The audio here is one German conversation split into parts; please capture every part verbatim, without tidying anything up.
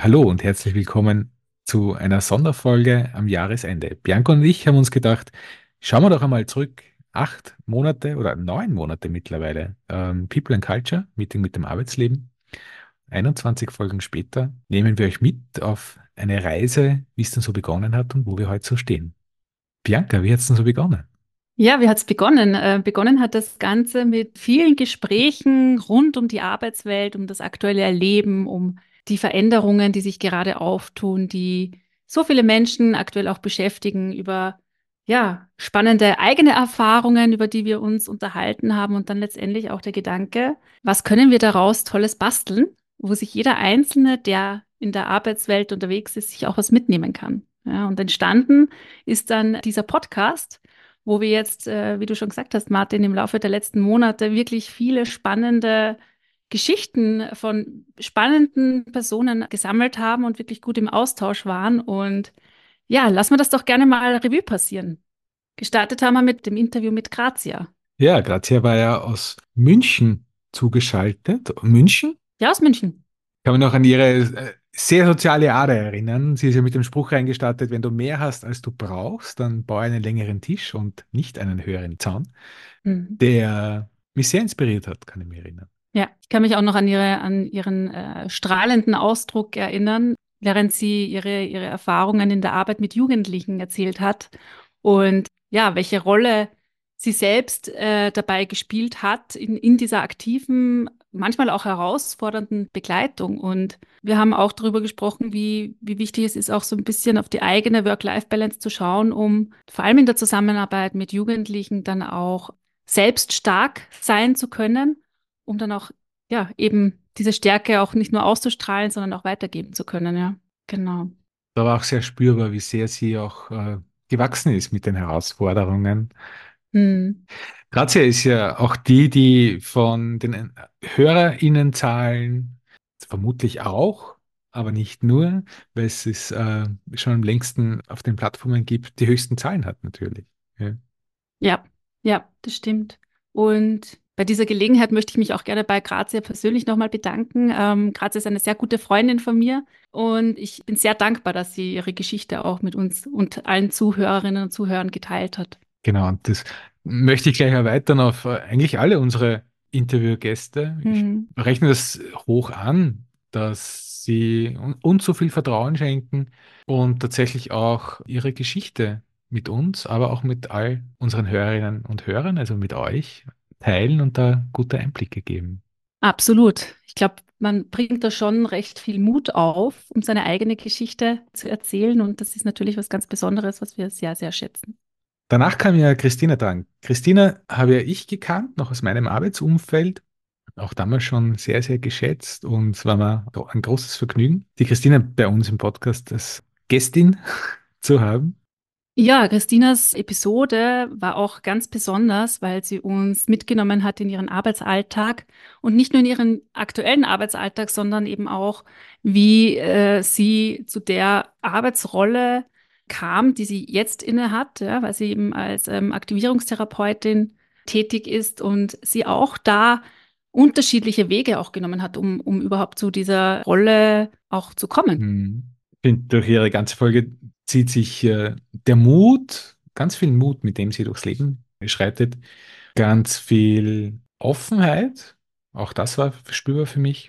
Hallo und herzlich willkommen zu einer Sonderfolge am Jahresende. Bianca und ich haben uns gedacht, schauen wir doch einmal zurück. Acht Monate oder neun Monate mittlerweile. Ähm, People and Culture, Meeting mit dem Arbeitsleben. einundzwanzig Folgen später nehmen wir euch mit auf eine Reise, wie es denn so begonnen hat und wo wir heute so stehen. Bianca, wie hat es denn so begonnen? Ja, wie hat es begonnen? Äh, begonnen hat das Ganze mit vielen Gesprächen rund um die Arbeitswelt, um das aktuelle Erleben, um die Veränderungen, die sich gerade auftun, die so viele Menschen aktuell auch beschäftigen, über ja, spannende eigene Erfahrungen, über die wir uns unterhalten haben und dann letztendlich auch der Gedanke, was können wir daraus Tolles basteln, wo sich jeder Einzelne, der in der Arbeitswelt unterwegs ist, sich auch was mitnehmen kann. Ja, und entstanden ist dann dieser Podcast, wo wir jetzt, äh, wie du schon gesagt hast, Martin, im Laufe der letzten Monate wirklich viele spannende Geschichten von spannenden Personen gesammelt haben und wirklich gut im Austausch waren. Und ja, lassen wir das doch gerne mal Revue passieren. Gestartet haben wir mit dem Interview mit Grazia. Ja, Grazia war ja aus München zugeschaltet. München? Ja, aus München. Kann mich noch an ihre äh, sehr soziale Ader erinnern. Sie ist ja mit dem Spruch reingestartet, wenn du mehr hast, als du brauchst, dann baue einen längeren Tisch und nicht einen höheren Zaun, Mhm. der mich sehr inspiriert hat, kann ich mich erinnern. Ja, ich kann mich auch noch an ihre, an ihren äh, strahlenden Ausdruck erinnern, während sie ihre, ihre Erfahrungen in der Arbeit mit Jugendlichen erzählt hat und ja, welche Rolle sie selbst äh, dabei gespielt hat in, in dieser aktiven, manchmal auch herausfordernden Begleitung. Und wir haben auch darüber gesprochen, wie, wie wichtig es ist, auch so ein bisschen auf die eigene Work-Life-Balance zu schauen, um vor allem in der Zusammenarbeit mit Jugendlichen dann auch selbst stark sein zu können, um dann auch, ja, eben diese Stärke auch nicht nur auszustrahlen, sondern auch weitergeben zu können, ja. Genau. Da war auch sehr spürbar, wie sehr sie auch äh, gewachsen ist mit den Herausforderungen. Hm. Grazia ist ja auch die, die von den HörerInnenzahlen vermutlich auch, aber nicht nur, weil es es äh, schon am längsten auf den Plattformen gibt, die höchsten Zahlen hat natürlich. Ja. Ja, ja, das stimmt. Und bei dieser Gelegenheit möchte ich mich auch gerne bei Grazia persönlich nochmal bedanken. Ähm, Grazia ist eine sehr gute Freundin von mir und ich bin sehr dankbar, dass sie ihre Geschichte auch mit uns und allen Zuhörerinnen und Zuhörern geteilt hat. Genau, und das möchte ich gleich erweitern auf äh, eigentlich alle unsere Interviewgäste. Ich Hm. rechne das hoch an, dass sie un- uns so viel Vertrauen schenken und tatsächlich auch ihre Geschichte mit uns, aber auch mit all unseren Hörerinnen und Hörern, also mit euch, teilen und da gute Einblicke geben. Absolut. Ich glaube, man bringt da schon recht viel Mut auf, um seine eigene Geschichte zu erzählen. Und das ist natürlich was ganz Besonderes, was wir sehr, sehr schätzen. Danach kam ja Christina dran. Christina habe ja ich gekannt, noch aus meinem Arbeitsumfeld. Auch damals schon sehr, sehr geschätzt und es war mir doch ein großes Vergnügen, die Christina bei uns im Podcast als Gästin zu haben. Ja, Christinas Episode war auch ganz besonders, weil sie uns mitgenommen hat in ihren Arbeitsalltag und nicht nur in ihren aktuellen Arbeitsalltag, sondern eben auch, wie äh, sie zu der Arbeitsrolle kam, die sie jetzt inne hat, ja, weil sie eben als ähm, Aktivierungstherapeutin tätig ist und sie auch da unterschiedliche Wege auch genommen hat, um, um überhaupt zu dieser Rolle auch zu kommen. Hm. Ich finde, durch ihre ganze Folge zieht sich äh, der Mut, ganz viel Mut, mit dem sie durchs Leben schreitet, ganz viel Offenheit, auch das war spürbar für mich,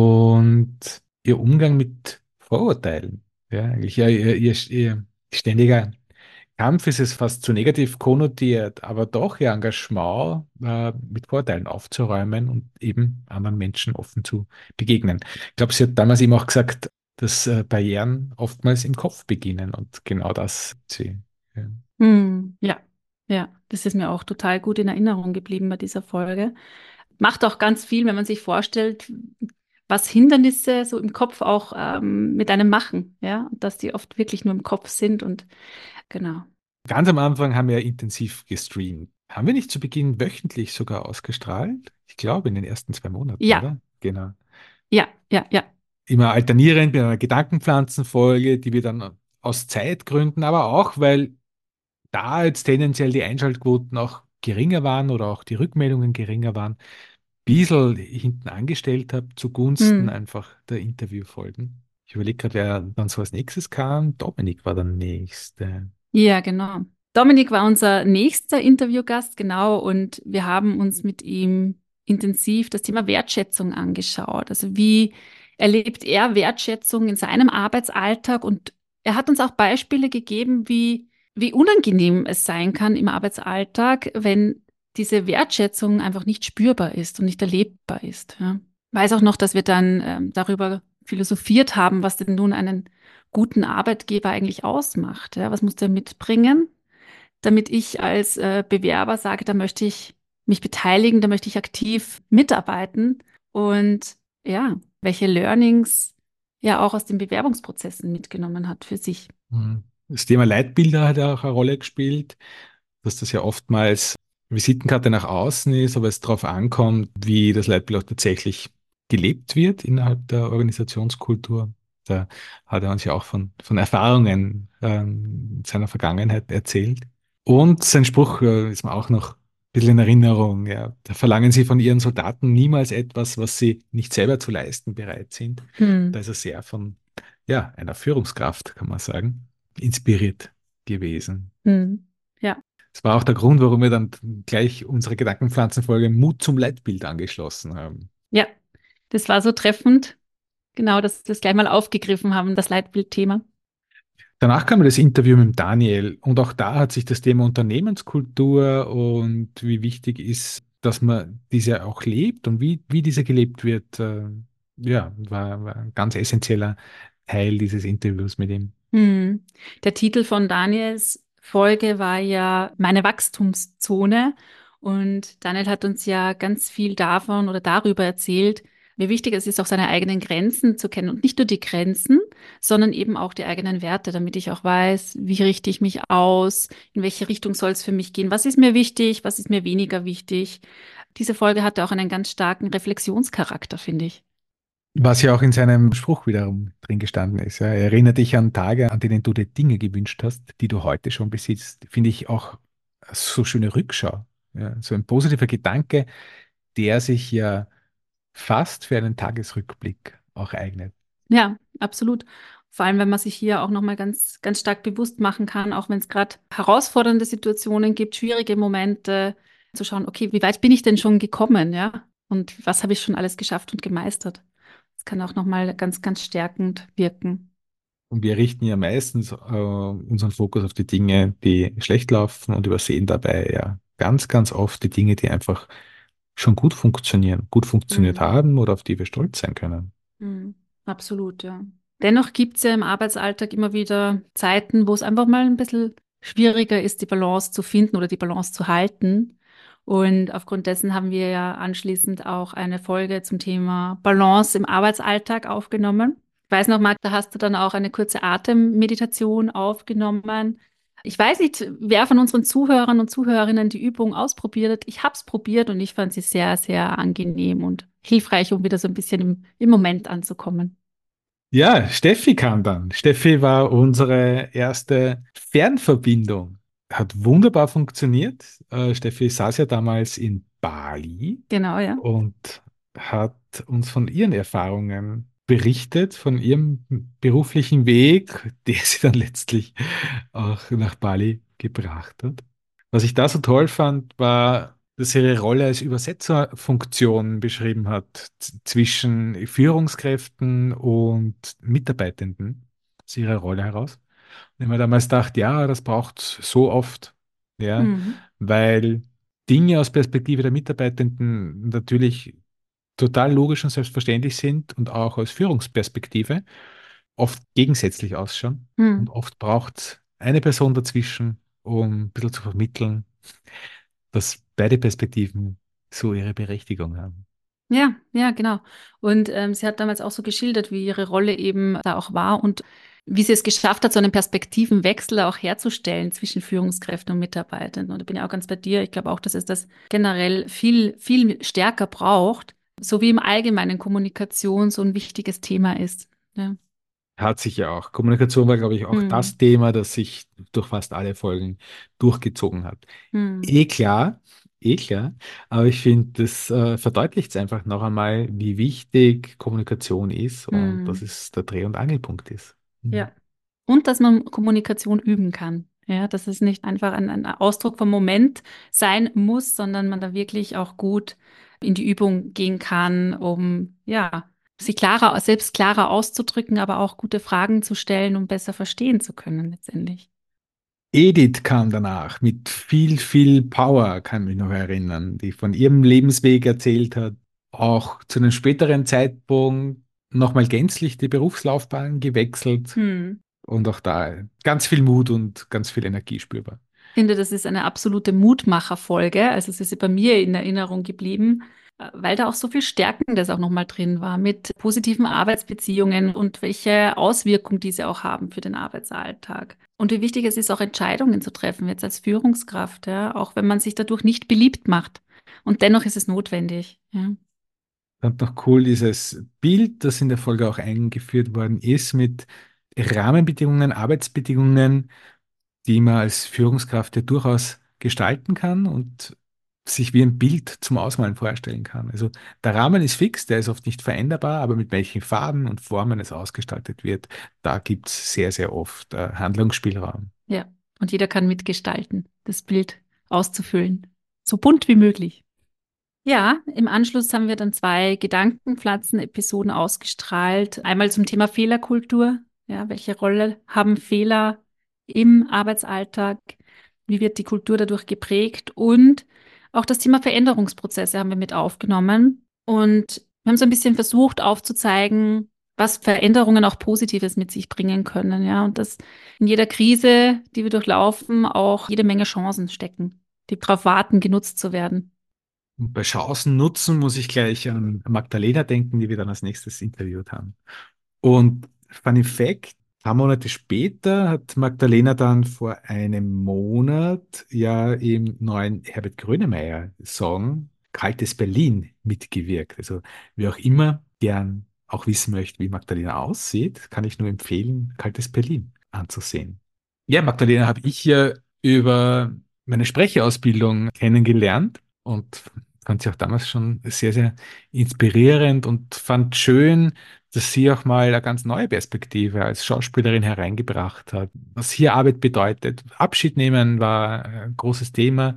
und ihr Umgang mit Vorurteilen. Ja, eigentlich ja, ihr, ihr, ihr ständiger Kampf ist es fast zu negativ konnotiert, aber doch ihr Engagement, äh, mit Vorteilen aufzuräumen und eben anderen Menschen offen zu begegnen. Ich glaube, sie hat damals eben auch gesagt, dass äh, Barrieren oftmals im Kopf beginnen und genau das sie. Ja. Hm, ja, ja, das ist mir auch total gut in Erinnerung geblieben bei dieser Folge. Macht auch ganz viel, wenn man sich vorstellt, was Hindernisse so im Kopf auch ähm, mit einem machen, ja, und dass die oft wirklich nur im Kopf sind und genau. Ganz am Anfang haben wir ja intensiv gestreamt. Haben wir nicht zu Beginn wöchentlich sogar ausgestrahlt? Ich glaube, in den ersten zwei Monaten, Ja, oder? Genau. ja, ja, ja. Immer alternierend mit einer Gedankenpflanzenfolge, die wir dann aus Zeitgründen, aber auch, weil da jetzt tendenziell die Einschaltquoten auch geringer waren oder auch die Rückmeldungen geringer waren, ein bisschen hinten angestellt habe zugunsten Hm. einfach der Interviewfolgen. Ich überlege gerade, wer dann so als nächstes kam. Dominik war der Nächste. Ja, genau. Dominik war unser nächster Interviewgast, genau, und wir haben uns mit ihm intensiv das Thema Wertschätzung angeschaut. Also wie erlebt er Wertschätzung in seinem Arbeitsalltag? Und er hat uns auch Beispiele gegeben, wie, wie unangenehm es sein kann im Arbeitsalltag, wenn diese Wertschätzung einfach nicht spürbar ist und nicht erlebbar ist. Ja. Weiß auch noch, dass wir dann ähm, darüber philosophiert haben, was denn nun einen guten Arbeitgeber eigentlich ausmacht. Ja, was muss der mitbringen, damit ich als äh, Bewerber sage, da möchte ich mich beteiligen, da möchte ich aktiv mitarbeiten und ja, welche Learnings ja auch aus den Bewerbungsprozessen mitgenommen hat für sich. Mhm. Das Thema Leitbilder hat ja auch eine Rolle gespielt, dass das ja oftmals Visitenkarte nach außen ist, aber es darauf ankommt, wie das Leitbild auch tatsächlich gelebt wird innerhalb der Organisationskultur. Da hat er uns ja auch von, von Erfahrungen ähm, seiner Vergangenheit erzählt. Und sein Spruch äh, ist mir auch noch ein bisschen in Erinnerung. Ja. Da verlangen sie von ihren Soldaten niemals etwas, was sie nicht selber zu leisten bereit sind. Da Hm. ist er sehr von ja, einer Führungskraft, kann man sagen, inspiriert gewesen. Hm. Ja, Das war auch der Grund, warum wir dann gleich unsere Gedankenpflanzenfolge Mut zum Leitbild angeschlossen haben. ja, das war so treffend. Genau, dass wir das gleich mal aufgegriffen haben, das Leitbildthema. Danach kam das Interview mit dem Daniel und auch da hat sich das Thema Unternehmenskultur und wie wichtig ist, dass man diese auch lebt und wie, wie diese gelebt wird, äh, ja, war, war ein ganz essentieller Teil dieses Interviews mit ihm. Hm. Der Titel von Daniels Folge war ja Meine Wachstumszone. Und Daniel hat uns ja ganz viel davon oder darüber erzählt, wie wichtig es ist, auch seine eigenen Grenzen zu kennen. Und nicht nur die Grenzen, sondern eben auch die eigenen Werte, damit ich auch weiß, wie richte ich mich aus, in welche Richtung soll es für mich gehen, was ist mir wichtig, was ist mir weniger wichtig. Diese Folge hatte auch einen ganz starken Reflexionscharakter, finde ich. Was ja auch in seinem Spruch wiederum drin gestanden ist. Ja. Erinnere dich an Tage, an denen du dir Dinge gewünscht hast, die du heute schon besitzt. Finde ich auch so schöne Rückschau. Ja. So ein positiver Gedanke, der sich ja fast für einen Tagesrückblick auch eignet. Ja, absolut. Vor allem, wenn man sich hier auch nochmal ganz, ganz stark bewusst machen kann, auch wenn es gerade herausfordernde Situationen gibt, schwierige Momente, zu schauen, okay, wie weit bin ich denn schon gekommen, ja? Und was habe ich schon alles geschafft und gemeistert? Das kann auch nochmal ganz, ganz stärkend wirken. Und wir richten ja meistens äh, unseren Fokus auf die Dinge, die schlecht laufen und übersehen dabei ja ganz, ganz oft die Dinge, die einfach schon gut funktionieren, gut funktioniert Mhm. haben oder auf die wir stolz sein können. Mhm. Absolut, ja. Dennoch gibt es ja im Arbeitsalltag immer wieder Zeiten, wo es einfach mal ein bisschen schwieriger ist, die Balance zu finden oder die Balance zu halten. Und aufgrund dessen haben wir ja anschließend auch eine Folge zum Thema Balance im Arbeitsalltag aufgenommen. Ich weiß noch, Marc, da hast du dann auch eine kurze Atemmeditation aufgenommen. Ich weiß nicht, wer von unseren Zuhörern und Zuhörerinnen die Übung ausprobiert hat. Ich habe es probiert und ich fand sie sehr, sehr angenehm und hilfreich, um wieder so ein bisschen im, im Moment anzukommen. Ja, Steffi kam dann. Steffi war unsere erste Fernverbindung. Hat wunderbar funktioniert. Äh, Steffi saß ja damals in Bali Genau, ja. und hat uns von ihren Erfahrungen berichtet, von ihrem beruflichen Weg, der sie dann letztlich auch nach Bali gebracht hat. Was ich da so toll fand, war, dass sie ihre Rolle als Übersetzerfunktion beschrieben hat z- zwischen Führungskräften und Mitarbeitenden aus ihrer Rolle heraus. Und ich mir damals gedacht, ja, das braucht so oft, ja, Mhm. weil Dinge aus Perspektive der Mitarbeitenden natürlich total logisch und selbstverständlich sind und auch aus Führungsperspektive oft gegensätzlich ausschauen. Und Mhm. oft braucht es eine Person dazwischen, um ein bisschen zu vermitteln, dass beide Perspektiven so ihre Berechtigung haben. Ja, ja, genau. Und ähm, sie hat damals auch so geschildert, wie ihre Rolle eben da auch war und wie sie es geschafft hat, so einen Perspektivenwechsel auch herzustellen zwischen Führungskräften und Mitarbeitern. Und da bin ich auch ganz bei dir. Ich glaube auch, dass es das generell viel, viel stärker braucht, so wie im Allgemeinen Kommunikation so ein wichtiges Thema ist. Ja. Hat sich ja auch. Kommunikation war, glaube ich, auch Hm. das Thema, das sich durch fast alle Folgen durchgezogen hat. Hm. Eh klar, Eh klar, aber ich finde, das äh, verdeutlicht es einfach noch einmal, wie wichtig Kommunikation ist und dass Hm. es der Dreh- und Angelpunkt ist. Mhm. Ja. Und dass man Kommunikation üben kann. Ja, dass es nicht einfach ein, ein Ausdruck vom Moment sein muss, sondern man da wirklich auch gut in die Übung gehen kann, um ja, sich klarer, selbst klarer auszudrücken, aber auch gute Fragen zu stellen, um besser verstehen zu können letztendlich. Edith kam danach mit viel, viel Power, kann mich noch erinnern, die von ihrem Lebensweg erzählt hat, auch zu einem späteren Zeitpunkt nochmal gänzlich die Berufslaufbahn gewechselt Hm. und auch da ganz viel Mut und ganz viel Energie spürbar. Ich finde, das ist eine absolute Mutmacherfolge. Also es ist bei mir in Erinnerung geblieben, äh, weil da auch so viel Stärkendes auch nochmal drin war mit positiven Arbeitsbeziehungen und welche Auswirkungen diese auch haben für den Arbeitsalltag. Und wie wichtig es ist, auch Entscheidungen zu treffen, jetzt als Führungskraft, ja, auch wenn man sich dadurch nicht beliebt macht. Und dennoch ist es notwendig. Ja. Und noch cool dieses Bild, das in der Folge auch eingeführt worden ist, mit Rahmenbedingungen, Arbeitsbedingungen, die man als Führungskraft ja durchaus gestalten kann und sich wie ein Bild zum Ausmalen vorstellen kann. Also der Rahmen ist fix, der ist oft nicht veränderbar, aber mit welchen Farben und Formen es ausgestaltet wird, da gibt es sehr, sehr oft äh, Handlungsspielraum. Ja. Und jeder kann mitgestalten, das Bild auszufüllen. So bunt wie möglich. Ja, im Anschluss haben wir dann zwei Gedankenpflanzen-Episoden ausgestrahlt. Einmal zum Thema Fehlerkultur. Ja, welche Rolle haben Fehler im Arbeitsalltag? Wie wird die Kultur dadurch geprägt? Und auch das Thema Veränderungsprozesse haben wir mit aufgenommen. Und wir haben so ein bisschen versucht aufzuzeigen, was Veränderungen auch Positives mit sich bringen können. Ja, und dass in jeder Krise, die wir durchlaufen, auch jede Menge Chancen stecken, die darauf warten, genutzt zu werden. Und bei Chancen nutzen muss ich gleich an Magdalena denken, die wir dann als nächstes interviewt haben. Und Funny Fact, ein paar Monate später hat Magdalena dann vor einem Monat ja im neuen Herbert Grönemeyer-Song Kaltes Berlin mitgewirkt. Also wer auch immer gern auch wissen möchte, wie Magdalena aussieht, kann ich nur empfehlen, Kaltes Berlin anzusehen. Ja, Magdalena habe ich ja über meine Sprecherausbildung kennengelernt und fand sie auch damals schon sehr, sehr inspirierend und fand schön, dass sie auch mal eine ganz neue Perspektive als Schauspielerin hereingebracht hat. Was hier Arbeit bedeutet. Abschied nehmen war ein großes Thema.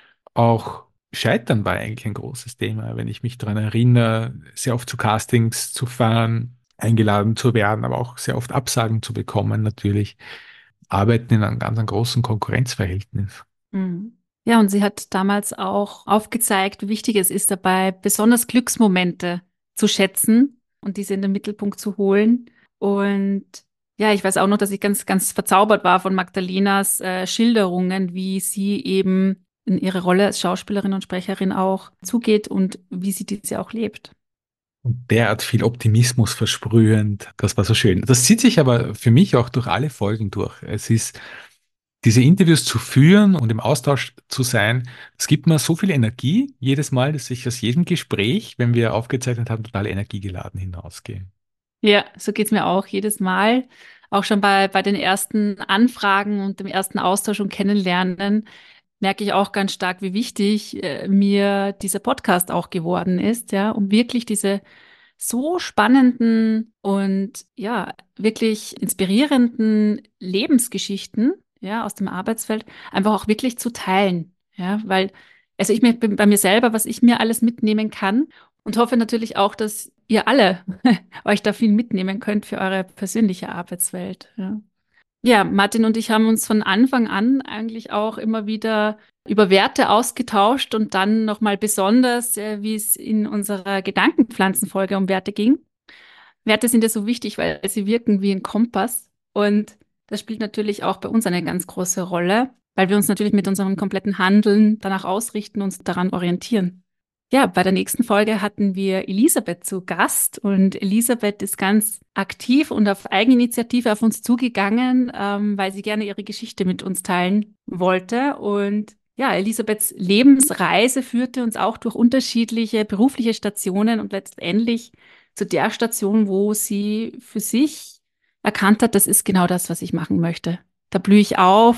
Auch Scheitern war eigentlich ein großes Thema, wenn ich mich daran erinnere, sehr oft zu Castings zu fahren, eingeladen zu werden, aber auch sehr oft Absagen zu bekommen, natürlich. Arbeiten in einem ganz einem großen Konkurrenzverhältnis. Mhm. Ja, und sie hat damals auch aufgezeigt, wie wichtig es ist, dabei besonders Glücksmomente zu schätzen und diese in den Mittelpunkt zu holen. Und ja, ich weiß auch noch, dass ich ganz, ganz verzaubert war von Magdalenas äh, Schilderungen, wie sie eben in ihre Rolle als Schauspielerin und Sprecherin auch zugeht und wie sie diese auch lebt. Und derart viel Optimismus versprühend, das war so schön. Das zieht sich aber für mich auch durch alle Folgen durch. Es ist diese Interviews zu führen und im Austausch zu sein, das gibt mir so viel Energie jedes Mal, dass ich aus jedem Gespräch, wenn wir aufgezeichnet haben, total energiegeladen hinausgehe. Ja, so geht's mir auch jedes Mal. Auch schon bei, bei den ersten Anfragen und dem ersten Austausch und Kennenlernen merke ich auch ganz stark, wie wichtig äh, mir dieser Podcast auch geworden ist, ja, um wirklich diese so spannenden und ja, wirklich inspirierenden Lebensgeschichten, ja, aus dem Arbeitsfeld einfach auch wirklich zu teilen, ja, weil, also ich merke bei mir selber, was ich mir alles mitnehmen kann und hoffe natürlich auch, dass ihr alle euch da viel mitnehmen könnt für eure persönliche Arbeitswelt, ja. Ja, Martin und ich haben uns von Anfang an eigentlich auch immer wieder über Werte ausgetauscht und dann nochmal besonders, äh, wie es in unserer Gedankenpflanzenfolge um Werte ging. Werte sind ja so wichtig, weil sie wirken wie ein Kompass. Und das spielt natürlich auch bei uns eine ganz große Rolle, weil wir uns natürlich mit unserem kompletten Handeln danach ausrichten, uns daran orientieren. Ja, bei der nächsten Folge hatten wir Elisabeth zu Gast und Elisabeth ist ganz aktiv und auf Eigeninitiative auf uns zugegangen, ähm, weil sie gerne ihre Geschichte mit uns teilen wollte. Und ja, Elisabeths Lebensreise führte uns auch durch unterschiedliche berufliche Stationen und letztendlich zu der Station, wo sie für sich erkannt hat, das ist genau das, was ich machen möchte. Da blühe ich auf,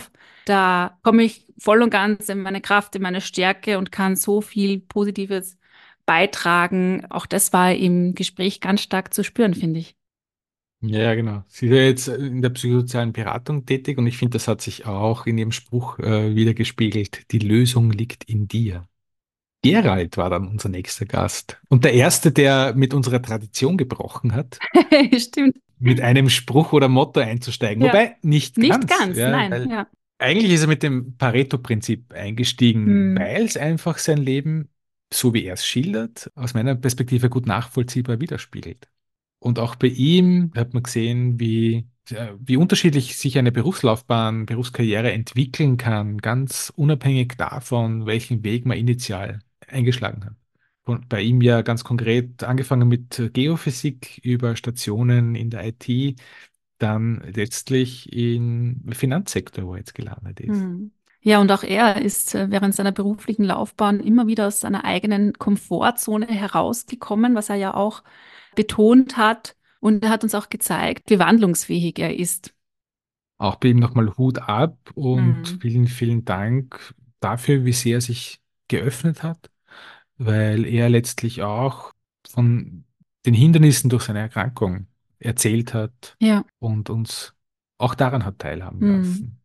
Da komme ich voll und ganz in meine Kraft, in meine Stärke und kann so viel Positives beitragen. Auch das war im Gespräch ganz stark zu spüren, finde ich. Ja, genau. Sie ist ja jetzt in der psychosozialen Beratung tätig und ich finde, das hat sich auch in ihrem Spruch äh, wiedergespiegelt. Die Lösung liegt in dir. Gerald war dann unser nächster Gast und der erste, der mit unserer Tradition gebrochen hat, Stimmt. mit einem Spruch oder Motto einzusteigen. Ja. Wobei nicht Nicht ganz, ganz, ja, nein, weil ja. eigentlich ist er mit dem Pareto-Prinzip eingestiegen, Hm. weil es einfach sein Leben, so wie er es schildert, aus meiner Perspektive gut nachvollziehbar widerspiegelt. Und auch bei ihm hat man gesehen, wie, äh, wie unterschiedlich sich eine Berufslaufbahn, Berufskarriere entwickeln kann, ganz unabhängig davon, welchen Weg man initial eingeschlagen hat. Und bei ihm ja ganz konkret angefangen mit Geophysik über Stationen in der I T, dann letztlich im Finanzsektor, wo er jetzt gelandet ist. Hm. Ja, und auch er ist äh, während seiner beruflichen Laufbahn immer wieder aus seiner eigenen Komfortzone herausgekommen, was er ja auch betont hat. Und er hat uns auch gezeigt, wie wandlungsfähig er ist. Auch bei ihm nochmal Hut ab und Hm. vielen, vielen Dank dafür, wie sehr er sich geöffnet hat, weil er letztlich auch von den Hindernissen durch seine Erkrankung erzählt hat Ja. und uns auch daran hat teilhaben Hm. lassen.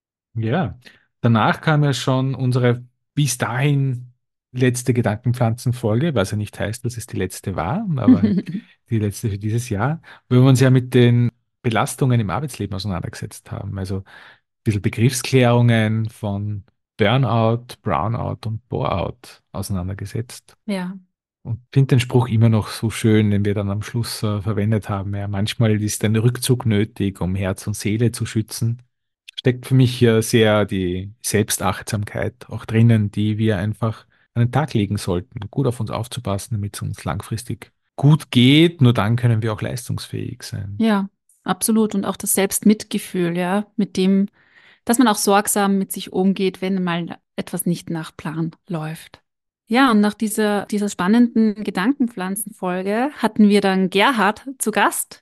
Ja, danach kam ja schon unsere bis dahin letzte Gedankenpflanzenfolge, was ja nicht heißt, dass es die letzte war, aber die letzte für dieses Jahr, wo wir uns ja mit den Belastungen im Arbeitsleben auseinandergesetzt haben. Also ein bisschen Begriffsklärungen von Burnout, Brownout und Boreout auseinandergesetzt. Ja. Und finde den Spruch immer noch so schön, den wir dann am Schluss äh, verwendet haben. Ja, manchmal ist ein Rückzug nötig, um Herz und Seele zu schützen. Steckt für mich ja sehr die Selbstachtsamkeit auch drinnen, die wir einfach an den Tag legen sollten, gut auf uns aufzupassen, damit es uns langfristig gut geht. Nur dann können wir auch leistungsfähig sein. Ja, absolut. Und auch das Selbstmitgefühl, ja, mit dem, dass man auch sorgsam mit sich umgeht, wenn mal etwas nicht nach Plan läuft. Ja, und nach dieser, dieser spannenden Gedankenpflanzenfolge hatten wir dann Gerhard zu Gast.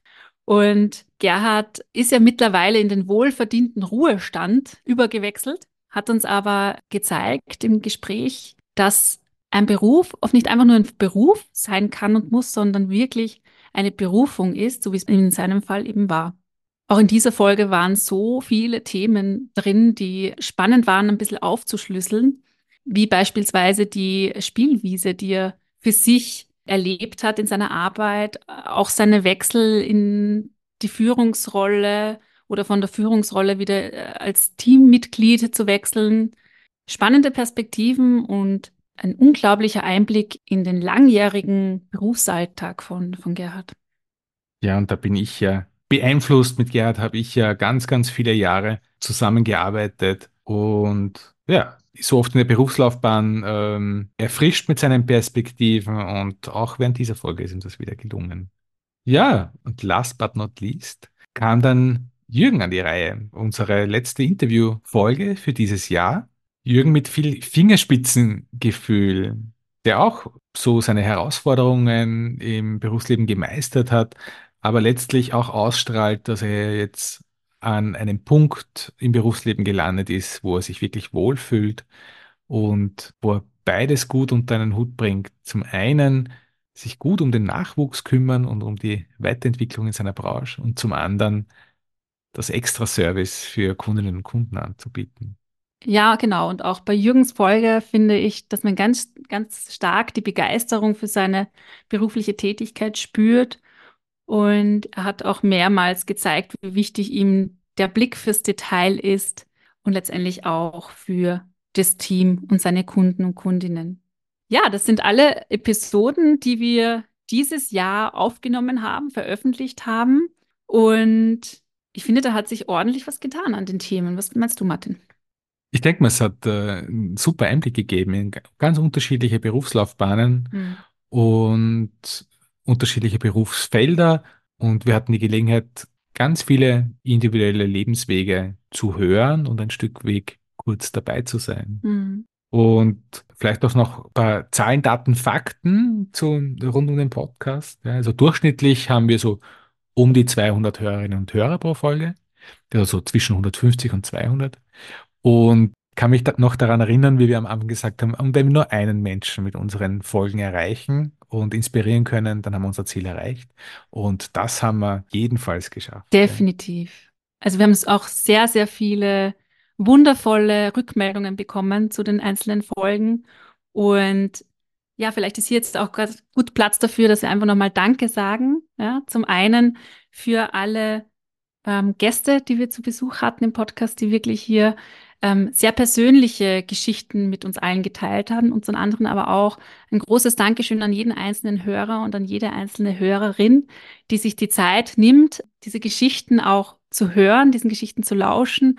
Und Gerhard ist ja mittlerweile in den wohlverdienten Ruhestand übergewechselt, hat uns aber gezeigt im Gespräch, dass ein Beruf oft nicht einfach nur ein Beruf sein kann und muss, sondern wirklich eine Berufung ist, so wie es in seinem Fall eben war. Auch in dieser Folge waren so viele Themen drin, die spannend waren, ein bisschen aufzuschlüsseln, wie beispielsweise die Spielwiese, die er für sich erlebt hat in seiner Arbeit, auch seine Wechsel in die Führungsrolle oder von der Führungsrolle wieder äh, als Teammitglied zu wechseln. Spannende Perspektiven und ein unglaublicher Einblick in den langjährigen Berufsalltag von, von Gerhard. Ja, und da bin ich ja beeinflusst. Mit Gerhard habe ich ja ganz, ganz viele Jahre zusammengearbeitet und ja, so oft in der Berufslaufbahn ähm, erfrischt mit seinen Perspektiven und auch während dieser Folge ist ihm das wieder gelungen. Ja, und last but not least kam dann Jürgen an die Reihe, unsere letzte Interviewfolge für dieses Jahr. Jürgen mit viel Fingerspitzengefühl, der auch so seine Herausforderungen im Berufsleben gemeistert hat, aber letztlich auch ausstrahlt, dass er jetzt an einem Punkt im Berufsleben gelandet ist, wo er sich wirklich wohlfühlt und wo er beides gut unter einen Hut bringt. Zum einen sich gut um den Nachwuchs kümmern und um die Weiterentwicklung in seiner Branche und zum anderen das Extra-Service für Kundinnen und Kunden anzubieten. Ja, genau. Und auch bei Jürgens Folge finde ich, dass man ganz, ganz stark die Begeisterung für seine berufliche Tätigkeit spürt. Und er hat auch mehrmals gezeigt, wie wichtig ihm der Blick fürs Detail ist und letztendlich auch für das Team und seine Kunden und Kundinnen. Ja, das sind alle Episoden, die wir dieses Jahr aufgenommen haben, veröffentlicht haben. Und ich finde, da hat sich ordentlich was getan an den Themen. Was meinst du, Martin? Ich denke mal, es hat äh, einen super Einblick gegeben in g- ganz unterschiedliche Berufslaufbahnen Hm. und unterschiedliche Berufsfelder. Und wir hatten die Gelegenheit, ganz viele individuelle Lebenswege zu hören und ein Stück Weg kurz dabei zu sein. Hm. Und vielleicht auch noch ein paar Zahlen, Daten, Fakten zu, rund um den Podcast. Ja, also durchschnittlich haben wir so um die zweihundert Hörerinnen und Hörer pro Folge, also so zwischen hundertfünfzig und zweihundert. Und kann mich da noch daran erinnern, wie wir am Anfang gesagt haben, und wenn wir nur einen Menschen mit unseren Folgen erreichen und inspirieren können, dann haben wir unser Ziel erreicht. Und das haben wir jedenfalls geschafft. Ja. Definitiv. Also wir haben auch sehr, sehr viele wundervolle Rückmeldungen bekommen zu den einzelnen Folgen. Und ja, vielleicht ist hier jetzt auch gerade gut Platz dafür, dass wir einfach nochmal Danke sagen. Ja, zum einen für alle ähm, Gäste, die wir zu Besuch hatten im Podcast, die wirklich hier ähm, sehr persönliche Geschichten mit uns allen geteilt haben. Und zum anderen aber auch ein großes Dankeschön an jeden einzelnen Hörer und an jede einzelne Hörerin, die sich die Zeit nimmt, diese Geschichten auch zu hören, diesen Geschichten zu lauschen.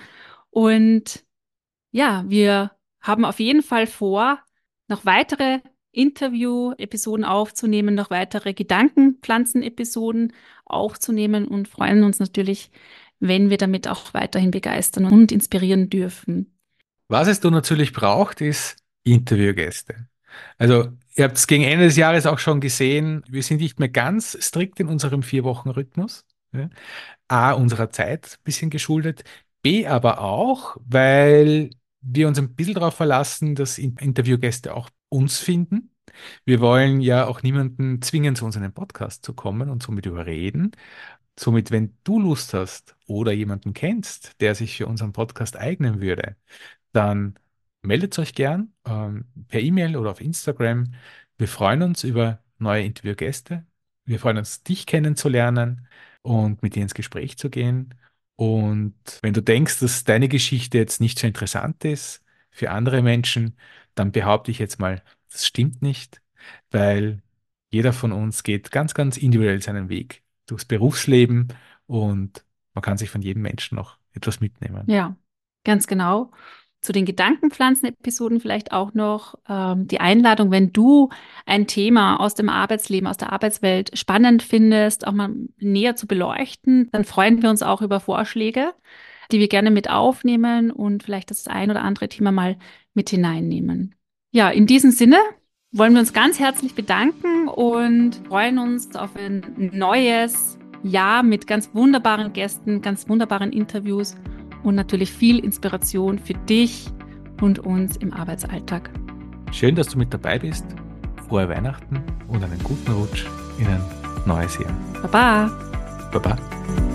Und ja, wir haben auf jeden Fall vor, noch weitere Interview-Episoden aufzunehmen, noch weitere Gedankenpflanzen-Episoden aufzunehmen und freuen uns natürlich, wenn wir damit auch weiterhin begeistern und inspirieren dürfen. Was es da natürlich braucht, ist Interviewgäste. Also, ihr habt es gegen Ende des Jahres auch schon gesehen, wir sind nicht mehr ganz strikt in unserem Vier-Wochen-Rhythmus. Ja. A, unserer Zeit ein bisschen geschuldet, B, aber auch, weil wir uns ein bisschen darauf verlassen, dass In- Interviewgäste auch uns finden. Wir wollen ja auch niemanden zwingen, zu uns in den Podcast zu kommen und somit überreden. Somit, wenn du Lust hast oder jemanden kennst, der sich für unseren Podcast eignen würde, dann meldet euch gern ähm, per E-Mail oder auf Instagram. Wir freuen uns über neue Interviewgäste. Wir freuen uns, dich kennenzulernen und mit dir ins Gespräch zu gehen. Und wenn du denkst, dass deine Geschichte jetzt nicht so interessant ist für andere Menschen, dann behaupte ich jetzt mal, das stimmt nicht, weil jeder von uns geht ganz, ganz individuell seinen Weg durchs Berufsleben und man kann sich von jedem Menschen noch etwas mitnehmen. Ja, ganz genau. Zu den Gedankenpflanzen-Episoden vielleicht auch noch ähm, die Einladung, wenn du ein Thema aus dem Arbeitsleben, aus der Arbeitswelt spannend findest, auch mal näher zu beleuchten, dann freuen wir uns auch über Vorschläge, die wir gerne mit aufnehmen und vielleicht das ein oder andere Thema mal mit hineinnehmen. Ja, in diesem Sinne wollen wir uns ganz herzlich bedanken und freuen uns auf ein neues Jahr mit ganz wunderbaren Gästen, ganz wunderbaren Interviews und natürlich viel Inspiration für dich und uns im Arbeitsalltag. Schön, dass du mit dabei bist. Frohe Weihnachten und einen guten Rutsch in ein neues Jahr. Baba! Baba.